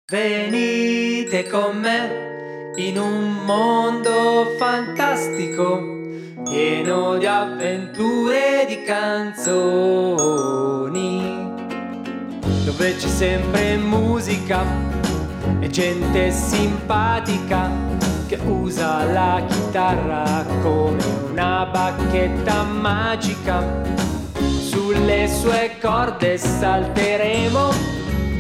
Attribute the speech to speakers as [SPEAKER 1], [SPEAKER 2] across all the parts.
[SPEAKER 1] Venite con me in un mondo fantastico, pieno di avventure e di canzoni, dove c'è sempre musica e gente simpatica che usa la chitarra come una bacchetta magica. Sulle sue corde salteremo,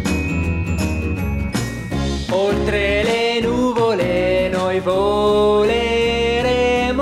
[SPEAKER 1] oltre le nuvole noi voleremo.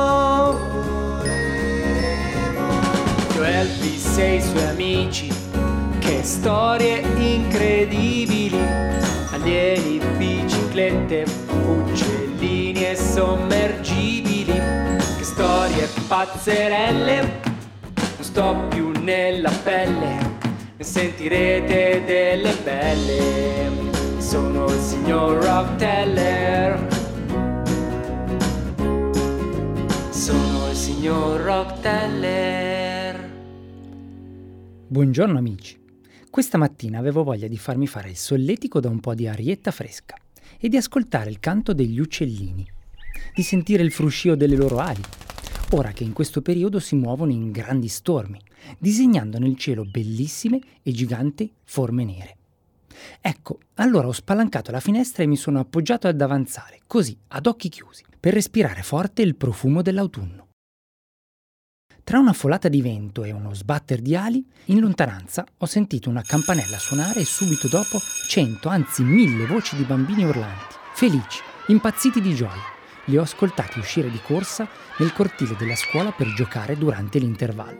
[SPEAKER 1] Io Elvis e i suoi amici, che storie incredibili, alieni, biciclette, uccellini e sommergibili, che storie pazzerelle, non sto più nella pelle, ne sentirete delle belle. Sono il signor Rockteller. Sono il signor Rockteller.
[SPEAKER 2] Buongiorno amici. Questa mattina avevo voglia di farmi fare il solletico da un po' di arietta fresca e di ascoltare il canto degli uccellini, di sentire il fruscio delle loro ali, ora che in questo periodo si muovono in grandi stormi, disegnando nel cielo bellissime e giganti forme nere. Ecco, allora ho spalancato la finestra e mi sono appoggiato ad avanzare, così, ad occhi chiusi, per respirare forte il profumo dell'autunno. Tra una folata di vento e uno sbatter di ali, in lontananza ho sentito una campanella suonare e subito dopo 100, anzi 1000 voci di bambini urlanti, felici, impazziti di gioia. Li ho ascoltati uscire di corsa nel cortile della scuola per giocare durante l'intervallo.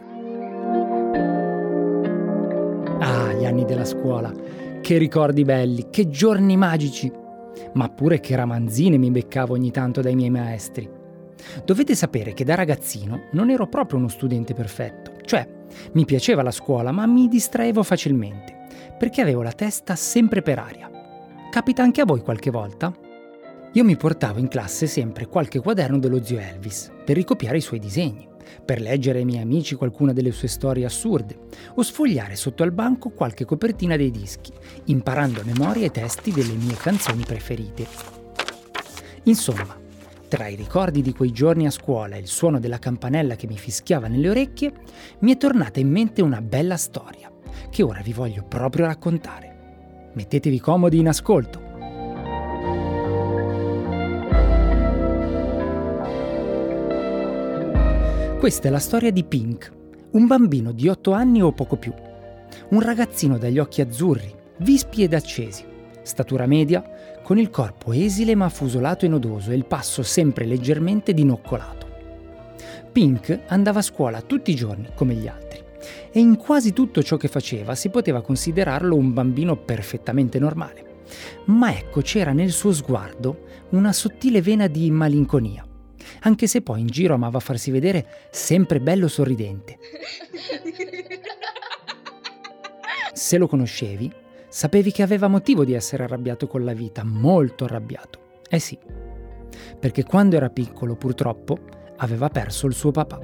[SPEAKER 2] Ah, gli anni della scuola! Che ricordi belli, che giorni magici! Ma pure che ramanzine mi beccavo ogni tanto dai miei maestri. Dovete sapere che da ragazzino non ero proprio uno studente perfetto. Cioè, mi piaceva la scuola, ma mi distraevo facilmente, perché avevo la testa sempre per aria. Capita anche a voi qualche volta? Io mi portavo in classe sempre qualche quaderno dello zio Elvis, per ricopiare i suoi disegni, per leggere ai miei amici qualcuna delle sue storie assurde o sfogliare sotto al banco qualche copertina dei dischi, imparando a memoria i testi delle mie canzoni preferite. Insomma, tra i ricordi di quei giorni a scuola e il suono della campanella che mi fischiava nelle orecchie, mi è tornata in mente una bella storia, che ora vi voglio proprio raccontare. Mettetevi comodi in ascolto. Questa è la storia di Pink, un bambino di 8 anni o poco più. Un ragazzino dagli occhi azzurri, vispi ed accesi, statura media, con il corpo esile ma affusolato e nodoso e il passo sempre leggermente dinoccolato. Pink andava a scuola tutti i giorni, come gli altri, e in quasi tutto ciò che faceva si poteva considerarlo un bambino perfettamente normale. Ma ecco, c'era nel suo sguardo una sottile vena di malinconia, anche se poi in giro amava farsi vedere sempre bello sorridente. Se lo conoscevi, sapevi che aveva motivo di essere arrabbiato con la vita, molto arrabbiato. Eh sì, perché quando era piccolo, purtroppo, aveva perso il suo papà.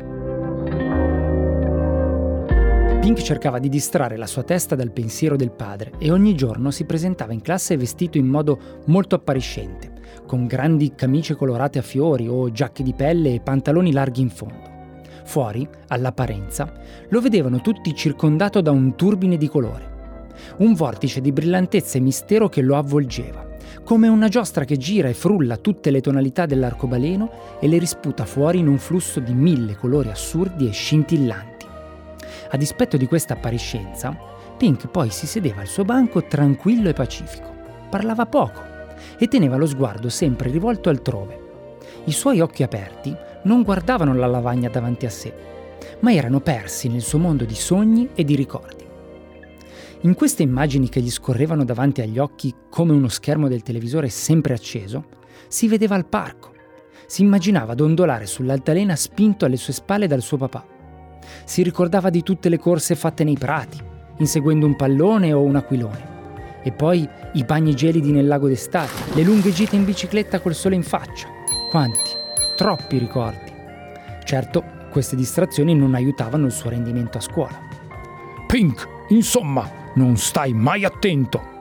[SPEAKER 2] Pink cercava di distrarre la sua testa dal pensiero del padre e ogni giorno si presentava in classe vestito in modo molto appariscente, con grandi camicie colorate a fiori o giacche di pelle e pantaloni larghi in fondo. Fuori, all'apparenza, lo vedevano tutti circondato da un turbine di colore, un vortice di brillantezza e mistero che lo avvolgeva, come una giostra che gira e frulla tutte le tonalità dell'arcobaleno e le risputa fuori in un flusso di 1000 colori assurdi e scintillanti. A dispetto di questa appariscenza, Pink poi si sedeva al suo banco tranquillo e pacifico. Parlava poco e teneva lo sguardo sempre rivolto altrove. I suoi occhi aperti non guardavano la lavagna davanti a sé, ma erano persi nel suo mondo di sogni e di ricordi. In queste immagini che gli scorrevano davanti agli occhi come uno schermo del televisore sempre acceso, si vedeva al parco. Si immaginava dondolare sull'altalena spinto alle sue spalle dal suo papà. Si ricordava di tutte le corse fatte nei prati, inseguendo un pallone o un aquilone. E poi i bagni gelidi nel lago d'estate, le lunghe gite in bicicletta col sole in faccia. Quanti, troppi ricordi. Certo, queste distrazioni non aiutavano il suo rendimento a scuola.
[SPEAKER 3] Pink, insomma, non stai mai attento,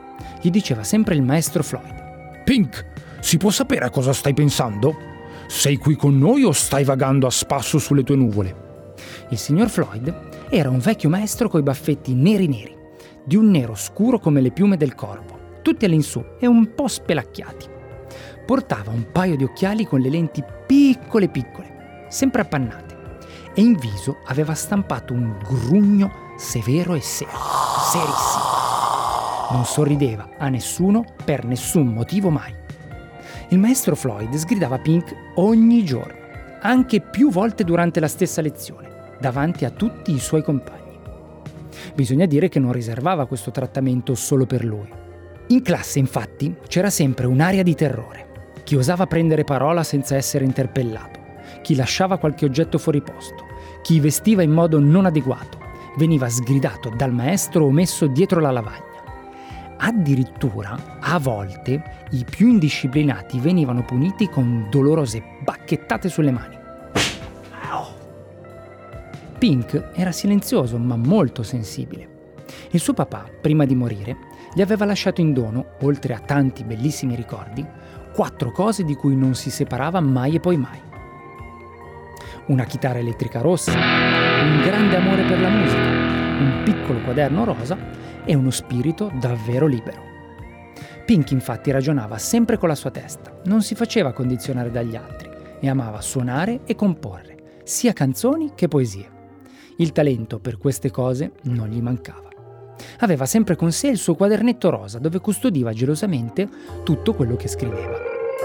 [SPEAKER 2] gli diceva sempre il maestro Floyd.
[SPEAKER 3] Pink, si può sapere a cosa stai pensando? Sei qui con noi o stai vagando a spasso sulle tue nuvole?
[SPEAKER 2] Il signor Floyd era un vecchio maestro coi baffetti neri, di un nero scuro come le piume del corvo, tutti all'insù e un po' spelacchiati. Portava un paio di occhiali con le lenti piccole, sempre appannate, e in viso aveva stampato un grugno severo e serissimo. Non sorrideva a nessuno per nessun motivo mai. Il maestro Floyd sgridava Pink ogni giorno, anche più volte durante la stessa lezione, davanti a tutti i suoi compagni. Bisogna dire che non riservava questo trattamento solo per lui. In classe, infatti, c'era sempre un'aria di terrore. Chi osava prendere parola senza essere interpellato, chi lasciava qualche oggetto fuori posto, chi vestiva in modo non adeguato, veniva sgridato dal maestro o messo dietro la lavagna. Addirittura, a volte, i più indisciplinati venivano puniti con dolorose bacchettate sulle mani. Pink era silenzioso ma molto sensibile. Il suo papà, prima di morire, gli aveva lasciato in dono, oltre a tanti bellissimi ricordi, 4 cose di cui non si separava mai e poi mai. Una chitarra elettrica rossa, un grande amore per la musica, un piccolo quaderno rosa e uno spirito davvero libero. Pink infatti ragionava sempre con la sua testa, non si faceva condizionare dagli altri e amava suonare e comporre, sia canzoni che poesie. Il talento per queste cose non gli mancava. Aveva sempre con sé il suo quadernetto rosa dove custodiva gelosamente tutto quello che scriveva.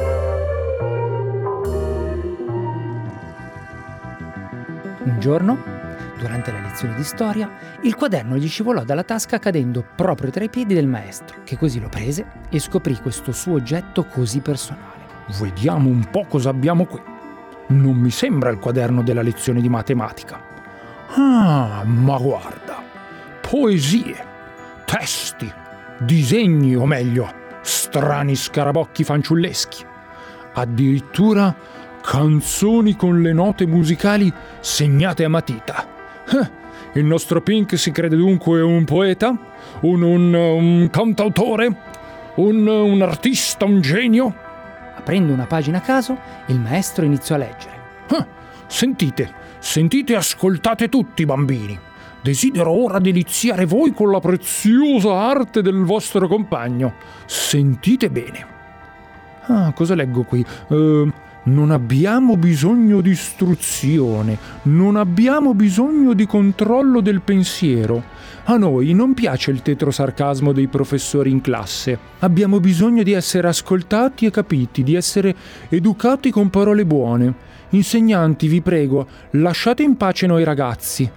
[SPEAKER 2] Un giorno, durante la lezione di storia, il quaderno gli scivolò dalla tasca cadendo proprio tra i piedi del maestro, che così lo prese e scoprì questo suo oggetto così personale.
[SPEAKER 3] Vediamo un po' cosa abbiamo qui. Non mi sembra il quaderno della lezione di matematica. Ah, ma guarda, poesie, testi, disegni, o meglio, strani scarabocchi fanciulleschi. Addirittura canzoni con le note musicali segnate a matita. Il nostro Pink si crede dunque un poeta, un cantautore, un artista, un genio?
[SPEAKER 2] Aprendo una pagina a caso, il maestro iniziò a leggere.
[SPEAKER 3] Sentite e ascoltate tutti, bambini. Desidero ora deliziare voi con la preziosa arte del vostro compagno. Sentite bene. Cosa leggo qui? Non abbiamo bisogno di istruzione, non abbiamo bisogno di controllo del pensiero. A noi non piace il tetrosarcasmo dei professori in classe. Abbiamo bisogno di essere ascoltati e capiti, di essere educati con parole buone. Insegnanti, vi prego, lasciate in pace noi ragazzi.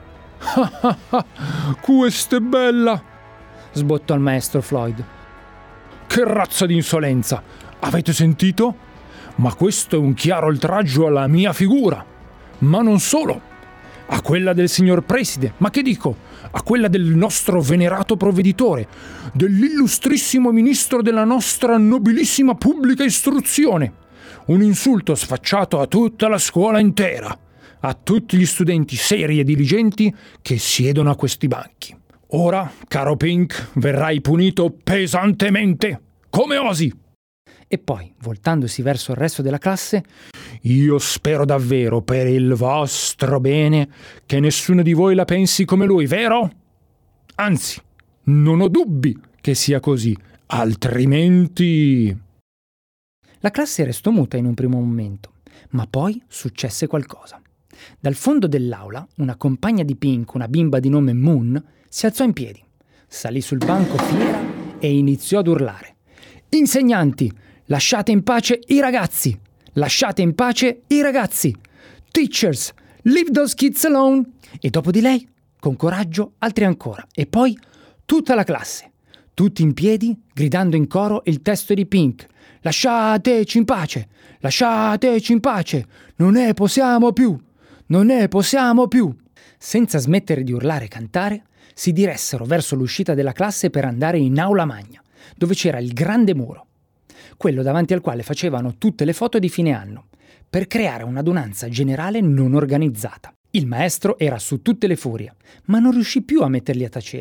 [SPEAKER 3] Questa è bella!
[SPEAKER 2] Sbottò il maestro Floyd.
[SPEAKER 3] Che razza di insolenza! Avete sentito? Ma questo è un chiaro oltraggio alla mia figura. Ma non solo. A quella del signor preside, ma che dico? A quella del nostro venerato provveditore, dell'illustrissimo ministro della nostra nobilissima pubblica istruzione. Un insulto sfacciato a tutta la scuola intera, a tutti gli studenti seri e diligenti che siedono a questi banchi. Ora, caro Pink, verrai punito pesantemente. Come osi?
[SPEAKER 2] E poi, voltandosi verso il resto della classe,
[SPEAKER 3] io spero davvero, per il vostro bene, che nessuno di voi la pensi come lui, vero? Anzi, non ho dubbi che sia così, altrimenti...
[SPEAKER 2] La classe restò muta in un primo momento, ma poi successe qualcosa. Dal fondo dell'aula, una compagna di Pink, una bimba di nome Moon, si alzò in piedi, salì sul banco fiera e iniziò ad urlare. Insegnanti, lasciate in pace i ragazzi! Lasciate in pace i ragazzi! Teachers, leave those kids alone! E dopo di lei, con coraggio, altri ancora. E poi tutta la classe, tutti in piedi, gridando in coro il testo di Pink. Lasciateci in pace! Lasciateci in pace! Non ne possiamo più! Non ne possiamo più! Senza smettere di urlare e cantare, si diressero verso l'uscita della classe per andare in aula magna, dove c'era il grande muro, quello davanti al quale facevano tutte le foto di fine anno, per creare un'adunanza generale non organizzata. Il maestro era su tutte le furie, ma non riuscì più a metterli a tacere.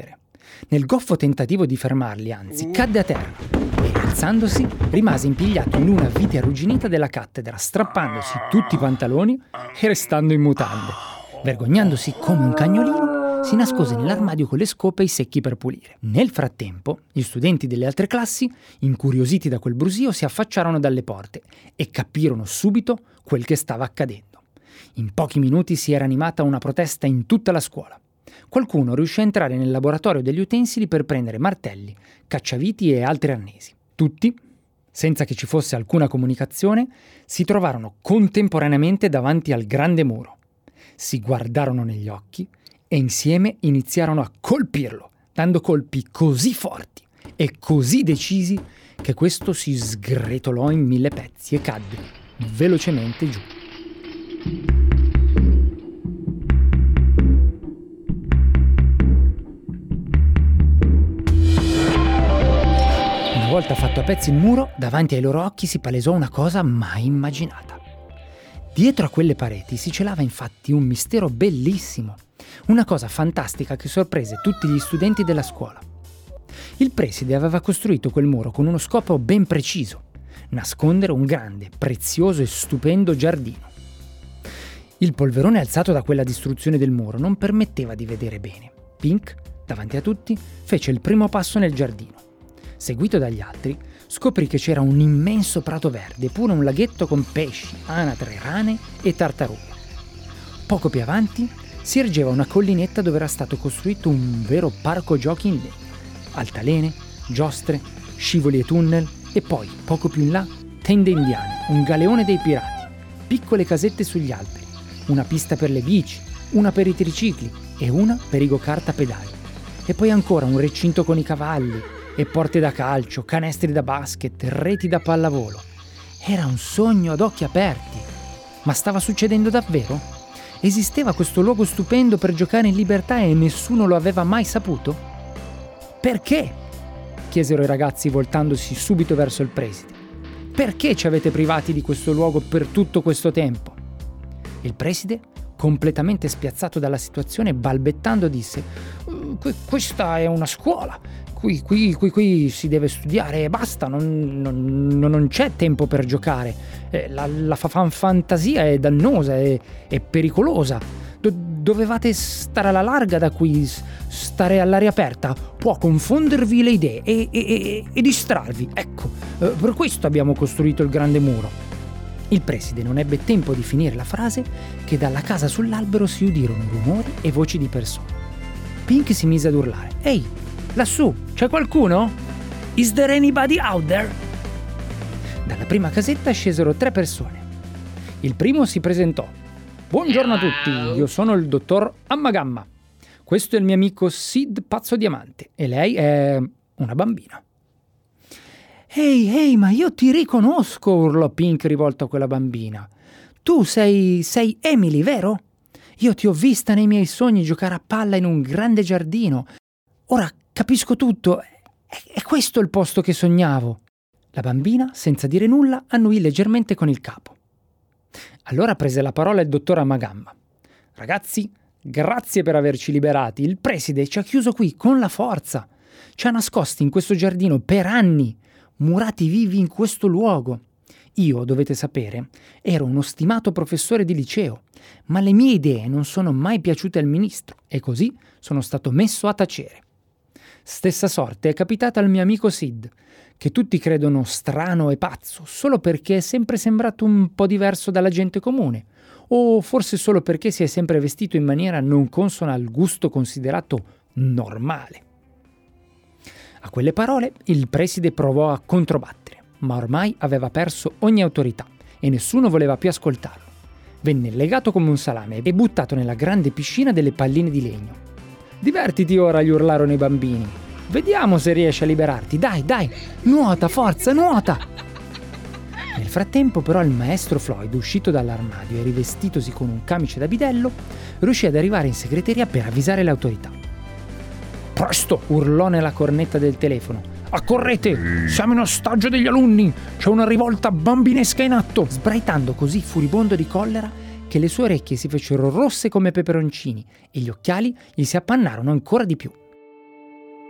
[SPEAKER 2] Nel goffo tentativo di fermarli, anzi, cadde a terra e, rialzandosi, rimase impigliato in una vite arrugginita della cattedra, strappandosi tutti i pantaloni e restando in mutande. Vergognandosi come un cagnolino, si nascose nell'armadio con le scope e i secchi per pulire. Nel frattempo, gli studenti delle altre classi, incuriositi da quel brusio, si affacciarono dalle porte e capirono subito quel che stava accadendo. In pochi minuti si era animata una protesta in tutta la scuola. Qualcuno riuscì a entrare nel laboratorio degli utensili per prendere martelli, cacciaviti e altri arnesi. Tutti, senza che ci fosse alcuna comunicazione, si trovarono contemporaneamente davanti al grande muro. Si guardarono negli occhi e insieme iniziarono a colpirlo, dando colpi così forti e così decisi che questo si sgretolò in 1000 pezzi e cadde velocemente giù. Una volta fatto a pezzi il muro, davanti ai loro occhi si palesò una cosa mai immaginata. Dietro a quelle pareti si celava infatti un mistero bellissimo, una cosa fantastica che sorprese tutti gli studenti della scuola. Il preside aveva costruito quel muro con uno scopo ben preciso: nascondere un grande, prezioso e stupendo giardino. Il polverone alzato da quella distruzione del muro non permetteva di vedere bene. Pink, davanti a tutti, fece il primo passo nel giardino. Seguito dagli altri, scoprì che c'era un immenso prato verde e pure un laghetto con pesci, anatre, rane e tartarughe. Poco più avanti si ergeva una collinetta dove era stato costruito un vero parco giochi in legno. Altalene, giostre, scivoli e tunnel e poi, poco più in là, tende indiane, un galeone dei pirati, piccole casette sugli alberi, una pista per le bici, una per i tricicli e una per i go-kart a pedali. E poi ancora un recinto con i cavalli e porte da calcio, canestri da basket, reti da pallavolo. Era un sogno ad occhi aperti. Ma stava succedendo davvero? Esisteva questo luogo stupendo per giocare in libertà e nessuno lo aveva mai saputo? Perché? Chiesero i ragazzi voltandosi subito verso il preside. Perché ci avete privati di questo luogo per tutto questo tempo? Il preside, completamente spiazzato dalla situazione, balbettando disse: questa è una scuola. Qui si deve studiare e basta, non c'è tempo per giocare. La fantasia è dannosa e pericolosa. Dovevate stare alla larga da qui, stare all'aria aperta. Può confondervi le idee e distrarvi. Ecco, per questo abbiamo costruito il grande muro. Il preside non ebbe tempo di finire la frase che dalla casa sull'albero si udirono rumori e voci di persone. Pink si mise ad urlare: «Ehi, lassù, c'è qualcuno? Is there anybody out there?» Dalla prima casetta scesero 3 persone. Il primo si presentò: «Buongiorno a tutti, io sono il dottor Ammagamma. Questo è il mio amico Sid Pazzo Diamante e lei è una bambina». Ehi, ma io ti riconosco», urlò Pink rivolto a quella bambina. «Tu sei Emily, vero? Io ti ho vista nei miei sogni giocare a palla in un grande giardino. Ora capisco tutto. È questo il posto che sognavo». La bambina, senza dire nulla, annuì leggermente con il capo. Allora prese la parola il dottor Amagamma. «Ragazzi, grazie per averci liberati. Il preside ci ha chiuso qui con la forza. Ci ha nascosti in questo giardino per anni, murati vivi in questo luogo. Io, dovete sapere, ero uno stimato professore di liceo, ma le mie idee non sono mai piaciute al ministro e così sono stato messo a tacere. Stessa sorte è capitata al mio amico Sid, che tutti credono strano e pazzo solo perché è sempre sembrato un po' diverso dalla gente comune, o forse solo perché si è sempre vestito in maniera non consona al gusto considerato normale». A quelle parole il preside provò a controbattere, ma ormai aveva perso ogni autorità e nessuno voleva più ascoltarlo. Venne legato come un salame e buttato nella grande piscina delle palline di legno. «Divertiti ora», gli urlarono i bambini. «Vediamo se riesci a liberarti. Dai, nuota, forza, nuota!» Nel frattempo però il maestro Floyd, uscito dall'armadio e rivestitosi con un camice da bidello, riuscì ad arrivare in segreteria per avvisare le autorità. «Presto!» urlò nella cornetta del telefono. «Accorrete! Siamo in ostaggio degli alunni! C'è una rivolta bambinesca in atto!» Sbraitando così furibondo di collera che le sue orecchie si fecero rosse come peperoncini e gli occhiali gli si appannarono ancora di più.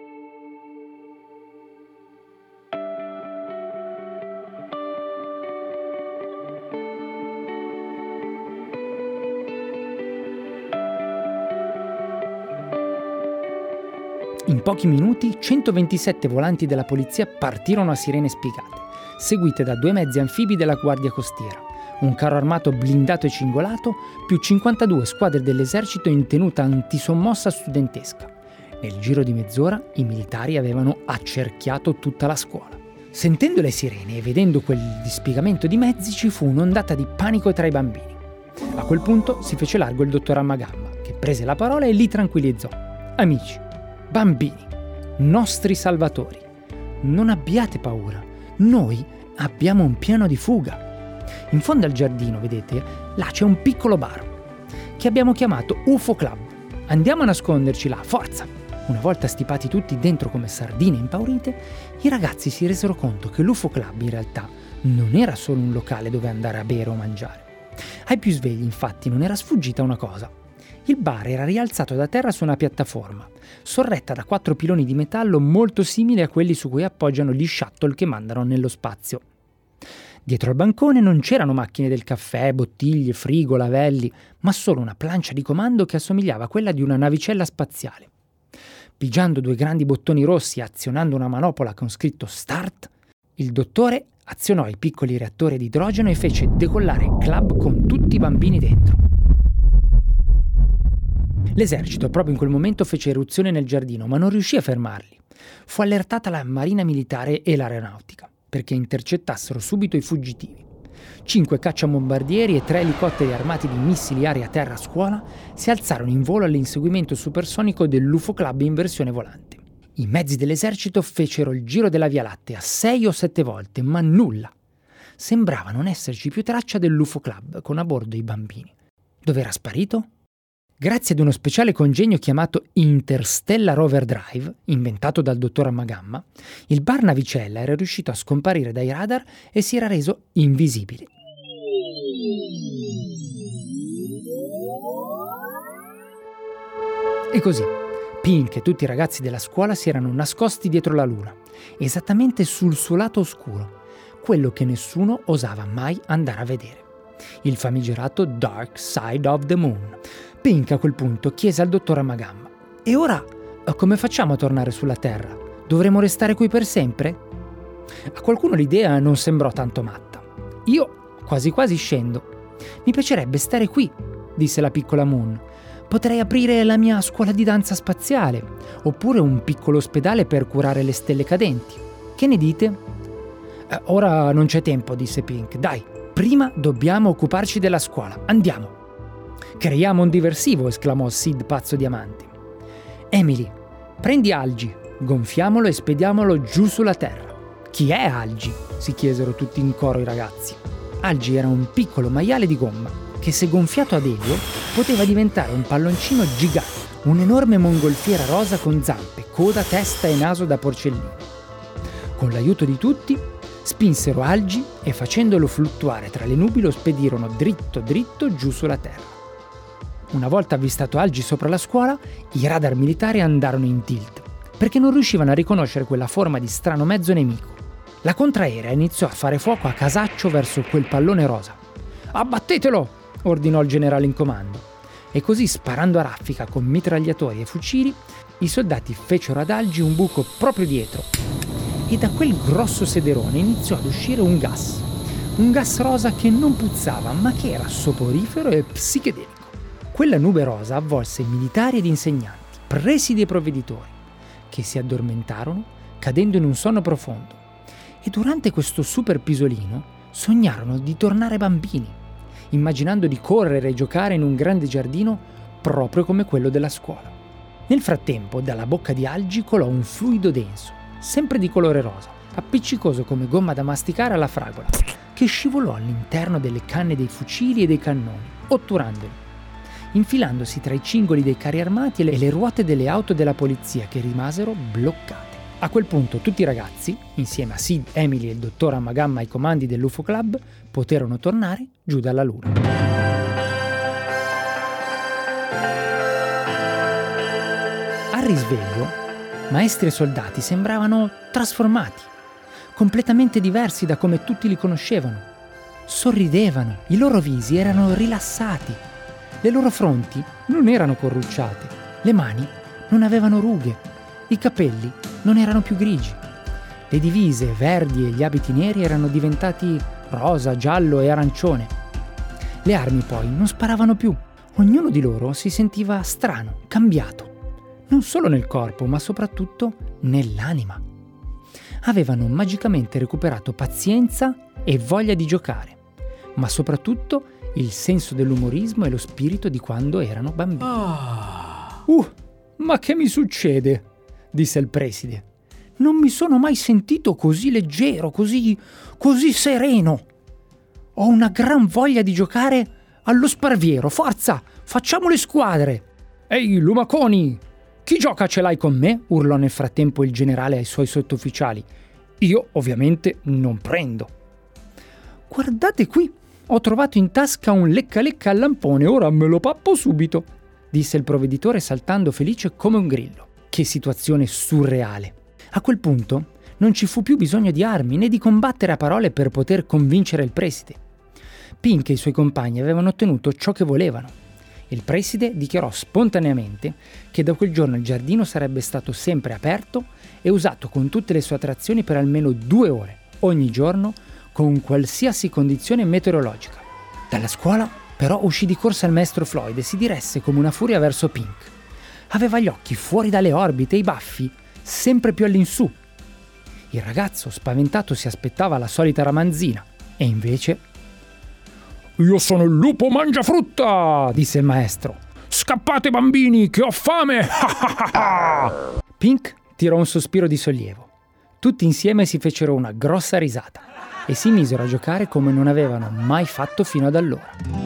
[SPEAKER 2] In pochi minuti 127 volanti della polizia partirono a sirene spiegate, seguite da 2 mezzi anfibi della Guardia Costiera, un carro armato blindato e cingolato, più 52 squadre dell'esercito in tenuta antisommossa studentesca. Nel giro di mezz'ora i militari avevano accerchiato tutta la scuola. Sentendo le sirene e vedendo quel dispiegamento di mezzi ci fu un'ondata di panico tra i bambini. A quel punto si fece largo il dottor Amagamma, che prese la parola e li tranquillizzò. Amici, bambini, nostri salvatori, non abbiate paura, noi abbiamo un piano di fuga. In fondo al giardino, vedete, là c'è un piccolo bar che abbiamo chiamato UFO Club. Andiamo a nasconderci là, forza! Una volta stipati tutti dentro come sardine impaurite, i ragazzi si resero conto che l'UFO Club in realtà non era solo un locale dove andare a bere o mangiare. Ai più svegli, infatti, non era sfuggita una cosa. Il bar era rialzato da terra su una piattaforma, sorretta da 4 piloni di metallo molto simili a quelli su cui appoggiano gli shuttle che mandano nello spazio. Dietro al bancone non c'erano macchine del caffè, bottiglie, frigo, lavelli, ma solo una plancia di comando che assomigliava a quella di una navicella spaziale. Pigiando 2 grandi bottoni rossi e azionando una manopola con scritto Start, il dottore azionò i piccoli reattori di idrogeno e fece decollare il club con tutti i bambini dentro. L'esercito proprio in quel momento fece eruzione nel giardino, ma non riuscì a fermarli. Fu allertata la Marina Militare e l'Aeronautica, perché intercettassero subito i fuggitivi. 5 cacciabombardieri e 3 elicotteri armati di missili aria-terra a scuola si alzarono in volo all'inseguimento supersonico dell'UFO Club in versione volante. I mezzi dell'esercito fecero il giro della Via Lattea 6 o 7 volte, ma nulla. Sembrava non esserci più traccia dell'UFO Club con a bordo i bambini. Dove era sparito? Grazie ad uno speciale congegno chiamato Interstellar Overdrive, inventato dal dottor Amagamma, il bar navicella era riuscito a scomparire dai radar e si era reso invisibile. E così, Pink e tutti i ragazzi della scuola si erano nascosti dietro la luna, esattamente sul suo lato oscuro, quello che nessuno osava mai andare a vedere. Il famigerato Dark Side of the Moon. Pink a quel punto chiese al dottor Amagamma: e ora come facciamo a tornare sulla Terra? Dovremo restare qui per sempre? A qualcuno l'idea non sembrò tanto matta. Io quasi quasi scendo. Mi piacerebbe stare qui, disse la piccola Moon. Potrei aprire la mia scuola di danza spaziale, oppure un piccolo ospedale per curare le stelle cadenti. Che ne dite? Ora non c'è tempo, disse Pink. Dai, prima dobbiamo occuparci della scuola. Andiamo. Creiamo un diversivo, esclamò Sid Pazzo Diamante. Emily, prendi Algi, gonfiamolo e spediamolo giù sulla Terra. Chi è Algi? Si chiesero tutti in coro i ragazzi. Algi era un piccolo maiale di gomma che, se gonfiato ad elio, poteva diventare un palloncino gigante, un'enorme mongolfiera rosa con zampe, coda, testa e naso da porcellino. Con l'aiuto di tutti, spinsero Algi e, facendolo fluttuare tra le nubi, lo spedirono dritto dritto giù sulla Terra. Una volta avvistato Algi sopra la scuola, i radar militari andarono in tilt, perché non riuscivano a riconoscere quella forma di strano mezzo nemico. La contraerea iniziò a fare fuoco a casaccio verso quel pallone rosa. «Abbattetelo!» ordinò il generale in comando. E così, sparando a raffica con mitragliatori e fucili, i soldati fecero ad Algi un buco proprio dietro. E da quel grosso sederone iniziò ad uscire un gas rosa che non puzzava, ma che era soporifero e psichedelico. Quella nube rosa avvolse militari ed insegnanti, presidi e provveditori, che si addormentarono cadendo in un sonno profondo. E durante questo super pisolino sognarono di tornare bambini, immaginando di correre e giocare in un grande giardino proprio come quello della scuola. Nel frattempo, dalla bocca di Algi colò un fluido denso, sempre di colore rosa, appiccicoso come gomma da masticare alla fragola, che scivolò all'interno delle canne dei fucili e dei cannoni, otturandoli, infilandosi tra i cingoli dei carri armati e le ruote delle auto della polizia, che rimasero bloccate. A quel punto tutti i ragazzi, insieme a Sid, Emily e il dottor Amagamma ai comandi dell'UFO Club, poterono tornare giù dalla luna. Al risveglio, maestri e soldati sembravano trasformati, completamente diversi da come tutti li conoscevano. Sorridevano, i loro visi erano rilassati, le loro fronti non erano corrucciate, le mani non avevano rughe I capelli non erano più grigi. Le divise verdi e gli abiti neri erano diventati rosa, giallo e arancione. Le armi poi non sparavano più. Ognuno di loro si sentiva strano, cambiato. Non solo nel corpo, ma soprattutto nell'anima. Avevano magicamente recuperato pazienza e voglia di giocare, ma soprattutto il senso dell'umorismo e lo spirito di quando erano bambini. Ma che mi succede? Disse il preside. Non mi sono mai sentito così leggero, così sereno. Ho una gran voglia di giocare allo sparviero. Forza, facciamo le squadre. Ehi, lumaconi, chi gioca ce l'hai con me? Urlò nel frattempo il generale ai suoi sottufficiali. Io, ovviamente, non prendo. Guardate qui, ho trovato in tasca un lecca-lecca al lampone, ora me lo pappo subito, disse il provveditore saltando felice come un grillo. Che situazione surreale. A quel punto non ci fu più bisogno di armi né di combattere a parole per poter convincere il preside. Pink e i suoi compagni avevano ottenuto ciò che volevano. Il preside dichiarò spontaneamente che da quel giorno il giardino sarebbe stato sempre aperto e usato con tutte le sue attrazioni per almeno 2 ore, ogni giorno, con qualsiasi condizione meteorologica. Dalla scuola, però, uscì di corsa il maestro Floyd e si diresse come una furia verso Pink. Aveva gli occhi fuori dalle orbite e i baffi sempre più all'insù. Il ragazzo, spaventato, si aspettava la solita ramanzina e invece... «Io sono il lupo mangiafrutta!» disse il maestro. «Scappate bambini, che ho fame!» Pink tirò un sospiro di sollievo. Tutti insieme si fecero una grossa risata e si misero a giocare come non avevano mai fatto fino ad allora.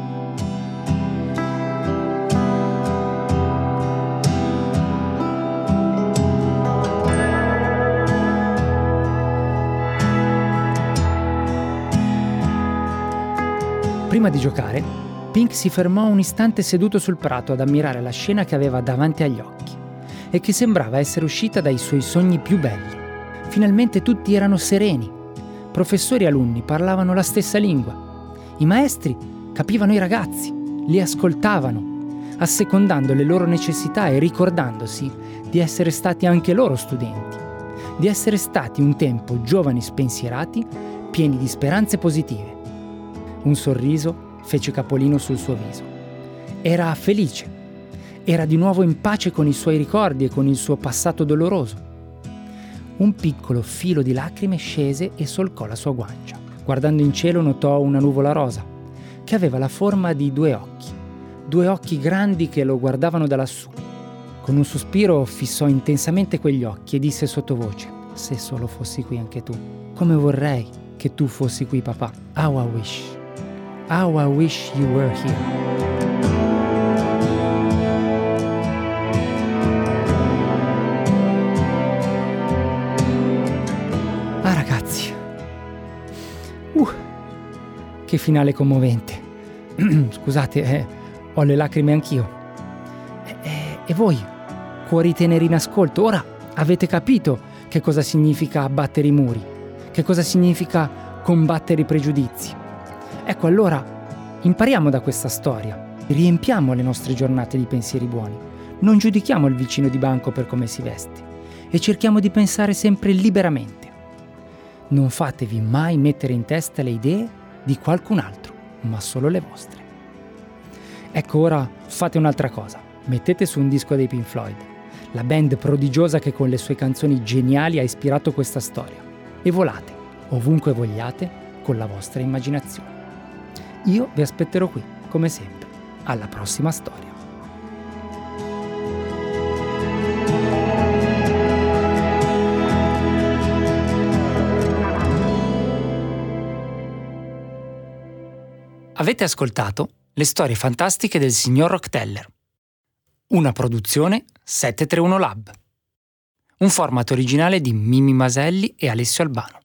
[SPEAKER 2] Prima di giocare, Pink si fermò un istante seduto sul prato ad ammirare la scena che aveva davanti agli occhi e che sembrava essere uscita dai suoi sogni più belli. Finalmente tutti erano sereni. Professori e alunni parlavano la stessa lingua. I maestri capivano i ragazzi, li ascoltavano, assecondando le loro necessità e ricordandosi di essere stati anche loro studenti, di essere stati un tempo giovani spensierati, pieni di speranze positive. Un sorriso fece capolino sul suo viso. Era felice. Era di nuovo in pace con i suoi ricordi e con il suo passato doloroso. Un piccolo filo di lacrime scese e solcò la sua guancia. Guardando in cielo notò una nuvola rosa, che aveva la forma di 2 occhi grandi che lo guardavano da lassù. Con un sospiro fissò intensamente quegli occhi e disse sottovoce: «Se solo fossi qui anche tu. Come vorrei che tu fossi qui, papà. How I wish. How I wish you were here». Ah ragazzi, che finale commovente. Scusate, ho le lacrime anch'io. E voi, cuori teneri in ascolto, ora avete capito che cosa significa abbattere i muri, che cosa significa combattere i pregiudizi. Ecco, allora impariamo da questa storia, riempiamo le nostre giornate di pensieri buoni, non giudichiamo il vicino di banco per come si veste e cerchiamo di pensare sempre liberamente. Non fatevi mai mettere in testa le idee di qualcun altro, ma solo le vostre. Ecco, ora fate un'altra cosa, mettete su un disco dei Pink Floyd, la band prodigiosa che con le sue canzoni geniali ha ispirato questa storia, e volate ovunque vogliate con la vostra immaginazione. Io vi aspetterò qui, come sempre, alla prossima storia. Avete ascoltato Le storie fantastiche del signor Rocketeller, una produzione 731 Lab, un format originale di Mimì Maselli e Alessio Albano.